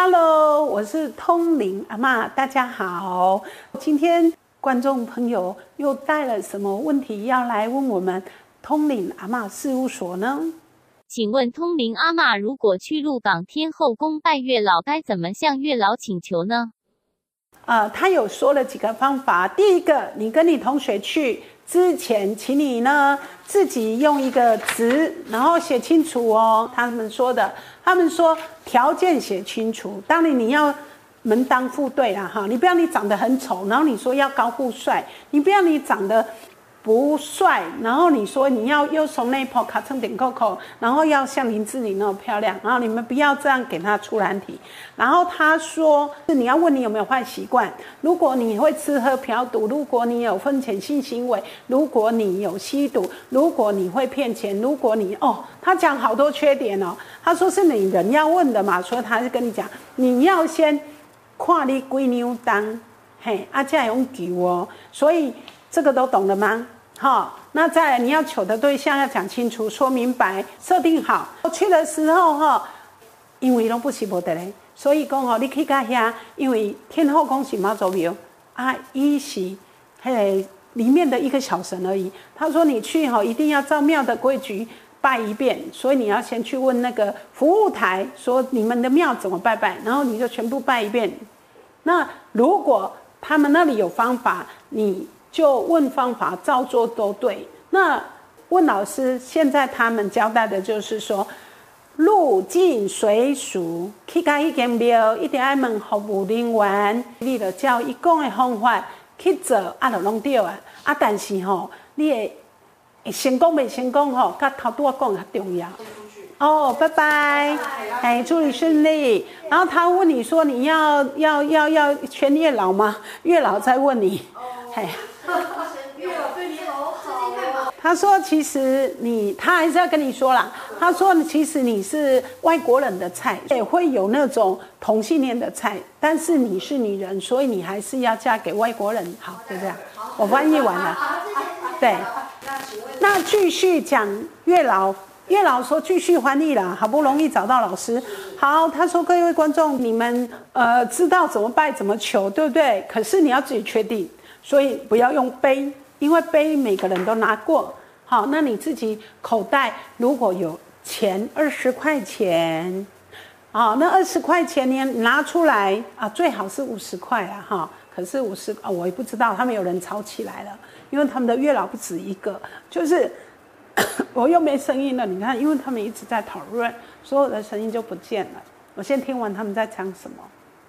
Hello， 我是通灵阿嬷，大家好。今天观众朋友又带了什么问题要来问我们通灵阿嬷事务所呢？ 请问通灵阿嬷，如果去鹿港天后宫拜月老，该怎么向月老请求呢？ 他有说了几个方法。第一个，你跟你同学去之前，请你呢自己用一个纸，然后写清楚哦。他们说条件写清楚。当然你要门当户对啦哈，你不要你长得很丑，然后你说要高富帅，你不要你长得不帅，然后你说你要又从内泡卡成点扣扣，然后要像林志玲那么漂亮，然后你们不要这样给他出难题。然后他说是你要问你有没有坏习惯，如果你会吃喝嫖赌，如果你有婚前性行为，如果你有吸毒，如果你会骗钱，如果你他讲好多缺点哦。他说是你人要问的嘛，所以他是跟你讲你要先看你几娘当嘿才用求哦，所以这个都懂了吗？好，那再来你要求的对象要讲清楚、说明白、设定好。去的时候因为都不是无得嘞，所以讲你去到遐，因为天后宫是妈祖庙啊，伊是里面的一个小神而已。他说你去一定要照庙的规矩拜一遍，所以你要先去问那个服务台，说你们的庙怎么拜拜，然后你就全部拜一遍。那如果他们那里有方法，你就问方法，照做都对。那问老师，现在他们交代的就是说，入境随俗，去到迄间庙一定要问服务人员，你就照伊讲的方法去做，就拢对啊。但是你会成功没成功跟头拄我讲较重要。拜拜，祝你顺利。然后他问你说你要劝月老吗？月老在问你， 月老对你好好哦。 他说其实他还是要跟你说啦。他说其实你是外国人的菜，也会有那种同性恋的菜，但是你是女人，所以你还是要嫁给外国人。好，就这样。我翻译完了。对。那继续讲月老。月老说继续翻译啦，好不容易找到老师。好，他说各位观众，你们知道怎么拜怎么求，对不对？可是你要自己确定，所以不要用杯，因为杯每个人都拿过。好，那你自己口袋如果有钱20块钱，那20块钱你拿出来最好是50块啦哈。可是50我也不知道，他们有人吵起来了，因为他们的月老不止一个，就是我又没声音了。你看，因为他们一直在讨论，所有的声音就不见了。我先听完他们在讲什么。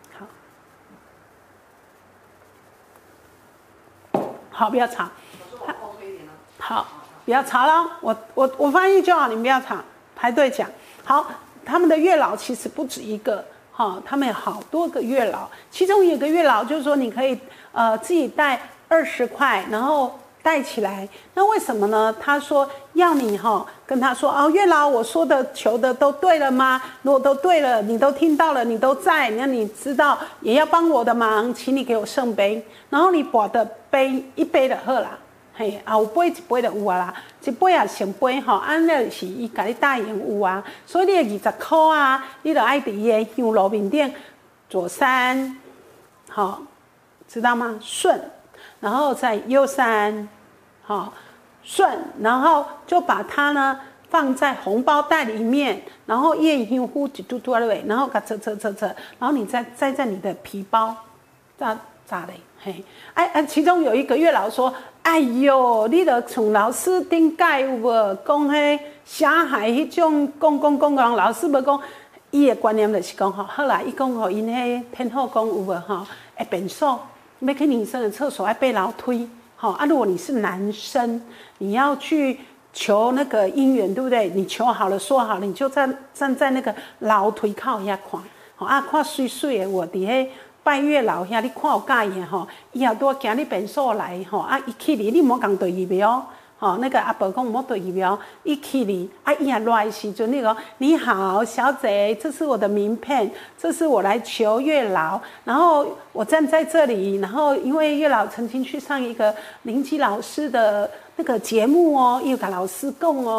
好，不要吵。好，不要吵了。我翻译就好，你们不要吵，排队讲。好，他们的月老其实不止一个，他们有好多个月老。其中有一个月老就是说，你可以自己带20块，然后带起来。那为什么呢？他说要你跟他说月老，我说的求的都对了吗？如果都对了，你都听到了，你都在，那你知道也要帮我的忙，请你给我圣杯。然后你把的杯一杯就好啦，有杯一杯就有啦，一杯也成杯按那是伊给你答应有啊。所以你的20块你就要在伊的香炉面顶左3，知道吗？顺。然后再右3，顺，然后就把它呢放在红包袋里面，然后叶香呼一嘟嘟嘞，然后给扯，然后你再在你的皮包咋嘞？其中有一个月老说：“哎呦，你著像老师顶届有无讲迄下海迄种讲，老师无讲，伊的观念就是讲好啦，伊讲因迄天后宫有无会变数。”要去女生的厕所要被老推，如果你是男生，你要去求那个姻缘，对不对？你求好了，说好了，你就站在那个老推靠遐看，看水水的，我伫迄拜月老遐，你看有介意伊也多惊你变数来，伊去你莫讲对伊庙。那个阿伯讲莫对伊庙，伊去你伊也来的时阵，你讲你好，小姐，这是我的名片，这是我来求月老，然后我站在这里，然后因为月老曾经去上一个灵吉老师的那个节目伊有跟老师讲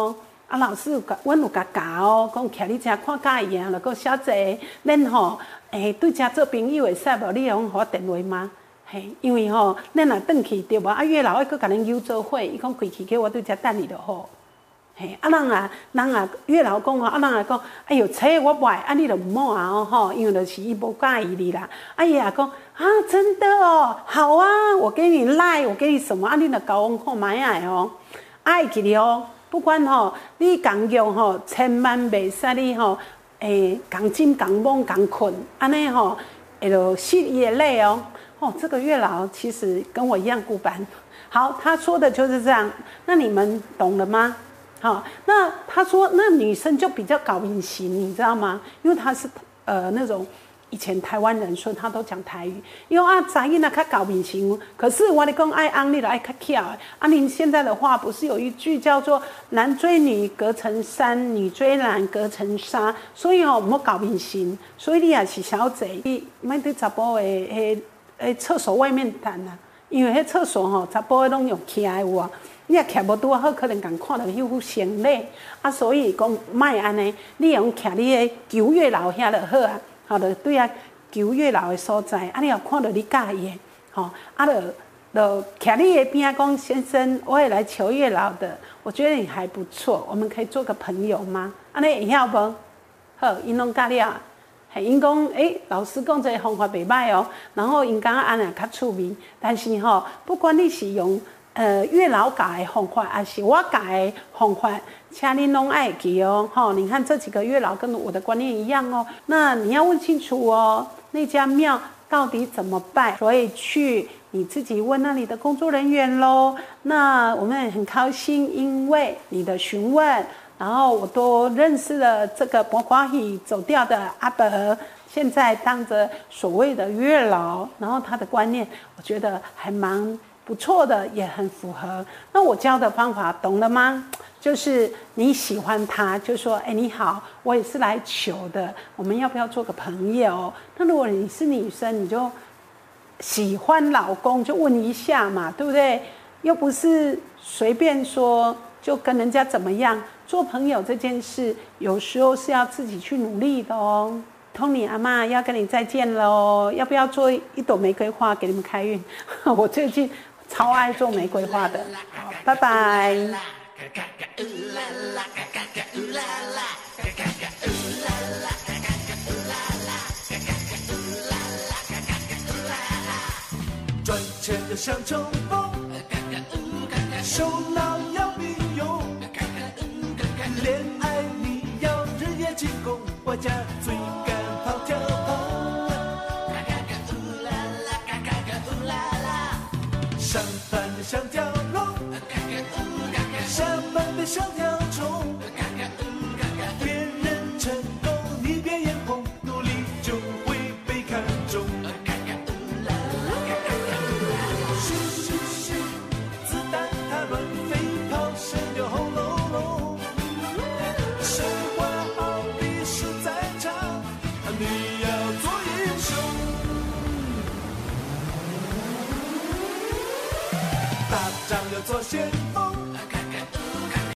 啊，老师阮有甲教哦，讲徛你遮看介意啊，了个小姐，恁吼对遮做朋友会使无？你用互我电话吗？嘿，因为吼，咱若转去对无？啊，月老会搁甲恁约做伙，伊讲开去叫我对遮等你就好。嘿，人月老讲吼，人也讲，哎哟，车我买，啊，你就唔好啊吼，因为就是伊无介意你啦。啊，伊也讲啊，真的哦，好啊，我给你赖，我给你什么？啊，你就交往看卖啊哦，爱记哩哦。不管吼，你共用吼，千万袂使你吼，共进共摸共困，安尼吼，会落失伊的累哦。哦，这个月老其实跟我一样古板。好，他说的就是这样，那你们懂了吗？好，那他说那女生就比较搞隐形，你知道吗？因为她是那种。以前台湾人说他都讲台语，因为啊，查囡仔较搞明星。可是我咧讲爱翁，你就爱较巧的。啊，您现在的话不是有一句叫做“男追女隔层山，女追男隔层纱”，所以哦，唔好搞明星。所以你也是小姐，你莫对查甫的厕所外面谈啊，因为迄厕所吼，查甫的拢用徛的有啊。你也徛无拄好，可能共看到迄副先例啊，所以讲莫安尼，你用徛你的求月老遐就好啊。好的，对啊，求月老的所在，啊，你也看到你介意的，吼，啊，就徛你的边讲先生，我也来求月老的，我觉得你还不错，我们可以做个朋友吗？安尼会晓无？好，因拢教了，嘿，因讲，老师讲这个方法袂歹哦，然后因感觉安尼较趣味，但是吼，不管你是用月老教的方法，还是我教的方法。请您拢爱记哦，哈！你看这几个月老跟我的观念一样哦。那你要问清楚哦，那家庙到底怎么拜？所以去你自己问那里的工作人员咯。那我们也很高兴，因为你的询问，然后我都认识了这个博华喜走掉的阿伯，现在当着所谓的月老，然后他的观念，我觉得还蛮不错的，也很符合。那我教的方法懂了吗？就是你喜欢他，就说你好，我也是来求的，我们要不要做个朋友？那如果你是女生，你就喜欢老公，就问一下嘛，对不对？又不是随便说就跟人家怎么样。做朋友这件事，有时候是要自己去努力的哦。Tony 阿嬷要跟你再见喽，要不要做一朵玫瑰花给你们开运？我最近超爱做玫瑰花的，好，拜拜。 赚钱要像冲锋，手脑要并用，恋爱你要日夜进攻，外加追赶跑跳碰，上班的像条龙，下班的像条虫，别人成功你别眼红，努力就会被看中。咻咻咻，子弹它乱飞，炮声又轰隆隆，生活好比是战场，你要做英雄。打仗要做先锋。